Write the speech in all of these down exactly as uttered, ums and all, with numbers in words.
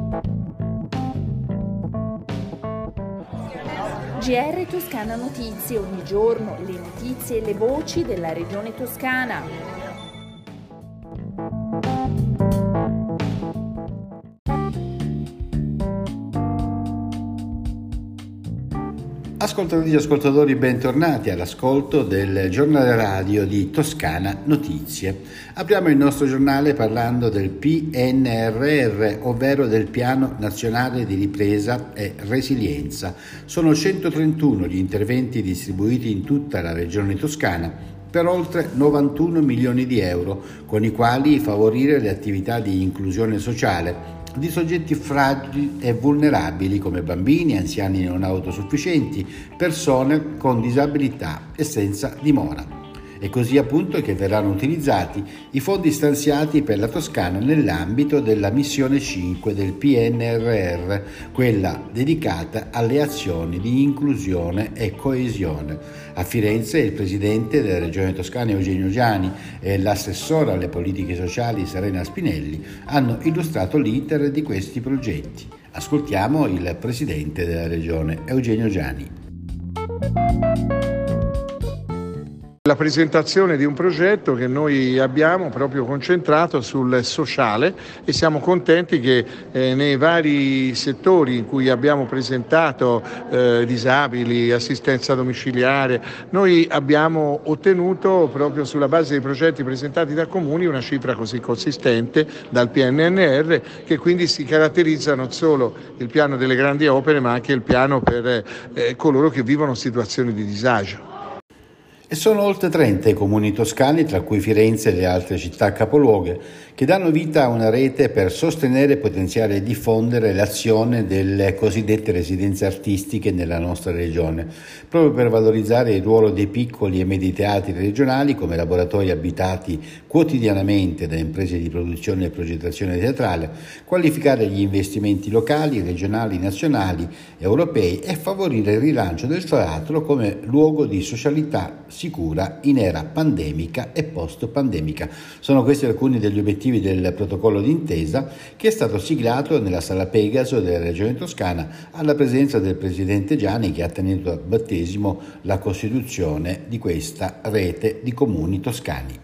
G R Toscana Notizie, ogni giorno le notizie e le voci della regione toscana. Ascoltatrici e ascoltatori, bentornati all'ascolto del giornale radio di Toscana Notizie. Apriamo il nostro giornale parlando del P N R R, ovvero del Piano Nazionale di Ripresa e Resilienza. Sono centotrentuno gli interventi distribuiti in tutta la regione toscana per oltre novantuno milioni di euro, con i quali favorire le attività di inclusione sociale di soggetti fragili e vulnerabili come bambini, anziani non autosufficienti, persone con disabilità e senza dimora. È così appunto che verranno utilizzati i fondi stanziati per la Toscana nell'ambito della missione cinque del P N R R, quella dedicata alle azioni di inclusione e coesione. A Firenze il presidente della Regione Toscana Eugenio Giani e l'assessora alle politiche sociali Serena Spinelli hanno illustrato l'iter di questi progetti. Ascoltiamo il presidente della Regione Eugenio Giani. La presentazione di un progetto che noi abbiamo proprio concentrato sul sociale e siamo contenti che eh, nei vari settori in cui abbiamo presentato eh, disabili, assistenza domiciliare, noi abbiamo ottenuto proprio sulla base dei progetti presentati da comuni una cifra così consistente dal P N R R, che quindi si caratterizza non solo il piano delle grandi opere ma anche il piano per eh, coloro che vivono situazioni di disagio. E sono oltre trenta i comuni toscani, tra cui Firenze e le altre città capoluoghe, che danno vita a una rete per sostenere, potenziare e diffondere l'azione delle cosiddette residenze artistiche nella nostra regione, proprio per valorizzare il ruolo dei piccoli e medi teatri regionali come laboratori abitati quotidianamente da imprese di produzione e progettazione teatrale, qualificare gli investimenti locali, regionali, nazionali, europei e favorire il rilancio del teatro come luogo di socialità sicura in era pandemica e post-pandemica. Sono questi alcuni degli obiettivi del protocollo d'intesa che è stato siglato nella Sala Pegaso della Regione Toscana alla presenza del presidente Giani, che ha tenuto a battesimo la costituzione di questa rete di comuni toscani.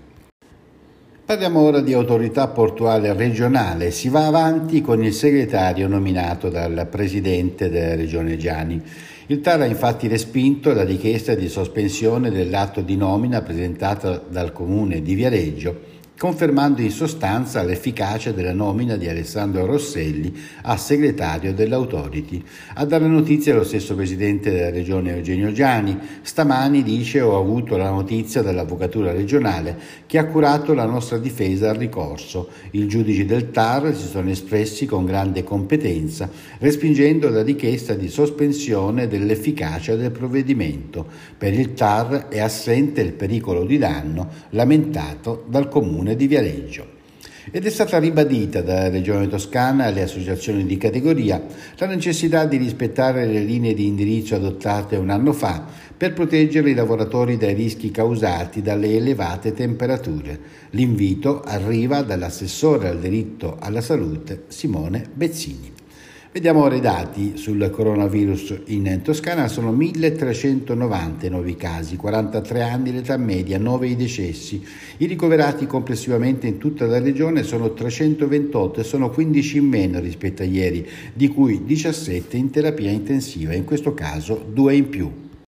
Parliamo ora di autorità portuale regionale. Si va avanti con il segretario nominato dal presidente della Regione Giani. Il T A R ha infatti respinto la richiesta di sospensione dell'atto di nomina presentata dal comune di Viareggio, confermando in sostanza l'efficacia della nomina di Alessandro Rosselli a segretario dell'Authority. A dare notizia lo stesso presidente della regione Eugenio Giani. Stamani dice: ho avuto la notizia dall'avvocatura regionale che ha curato la nostra difesa al ricorso. I giudici del T A R si sono espressi con grande competenza, respingendo la richiesta di sospensione dell'efficacia del provvedimento. Per il T A R è assente il pericolo di danno lamentato dal comune di Viareggio. Ed è stata ribadita dalla Regione Toscana e alle associazioni di categoria la necessità di rispettare le linee di indirizzo adottate un anno fa per proteggere i lavoratori dai rischi causati dalle elevate temperature. L'invito arriva dall'assessore al diritto alla salute Simone Bezzini. Vediamo ora i dati sul coronavirus in Toscana. Sono milletrecentonovanta i nuovi casi, quarantatré anni l'età media, nove i decessi. I ricoverati complessivamente in tutta la regione sono trecentoventotto e sono quindici in meno rispetto a ieri, di cui diciassette in terapia intensiva, in questo caso due in più.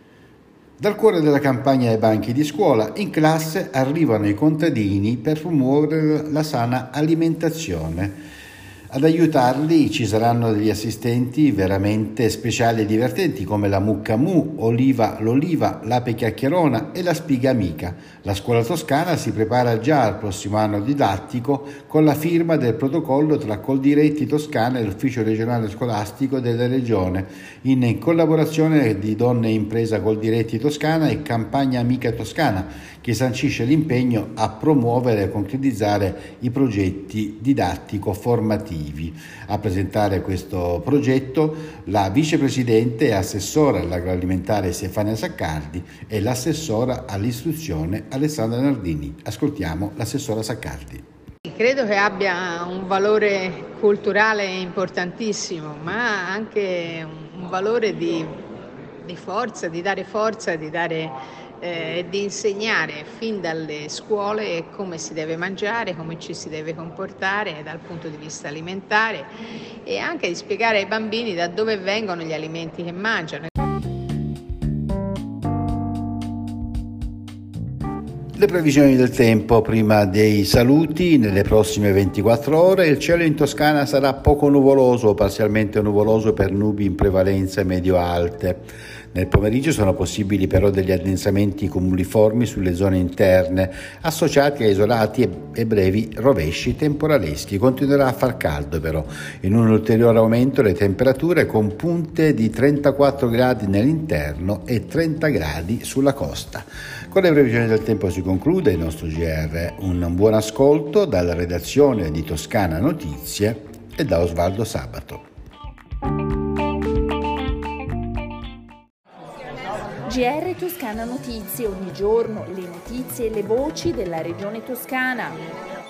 Dal cuore della campagna ai banchi di scuola, in classe arrivano i contadini per promuovere la sana alimentazione. Ad aiutarli ci saranno degli assistenti veramente speciali e divertenti come la mucca mu, Oliva l'oliva, l'ape chiacchierona e la spiga amica. La scuola toscana si prepara già al prossimo anno didattico con la firma del protocollo tra Coldiretti Toscana e l'ufficio regionale scolastico della regione, in collaborazione di Donne Impresa Coldiretti Toscana e Campagna Amica Toscana, che sancisce l'impegno a promuovere e concretizzare i progetti didattico-formativi. A presentare questo progetto la vicepresidente e assessora all'agroalimentare Stefania Saccardi e l'assessora all'istruzione Alessandra Nardini. Ascoltiamo l'assessora Saccardi. credo che abbia un valore culturale importantissimo, ma anche un valore di, di forza, di dare forza, di dare eh, di insegnare fin dalle scuole come si deve mangiare, come ci si deve comportare dal punto di vista alimentare e anche di spiegare ai bambini da dove vengono gli alimenti che mangiano. Le previsioni del tempo prima dei saluti: nelle prossime ventiquattro ore il cielo in Toscana sarà poco nuvoloso o parzialmente nuvoloso per nubi in prevalenza medio-alte. Nel pomeriggio sono possibili però degli addensamenti cumuliformi sulle zone interne, associati a isolati e brevi rovesci temporaleschi. Continuerà a far caldo però, in un ulteriore aumento le temperature con punte di trentaquattro gradi nell'interno e trenta gradi sulla costa. Con le previsioni del tempo si conclude il nostro G R. Un buon ascolto dalla redazione di Toscana Notizie e da Osvaldo Sabato. G R Toscana Notizie, ogni giorno le notizie e le voci della regione toscana.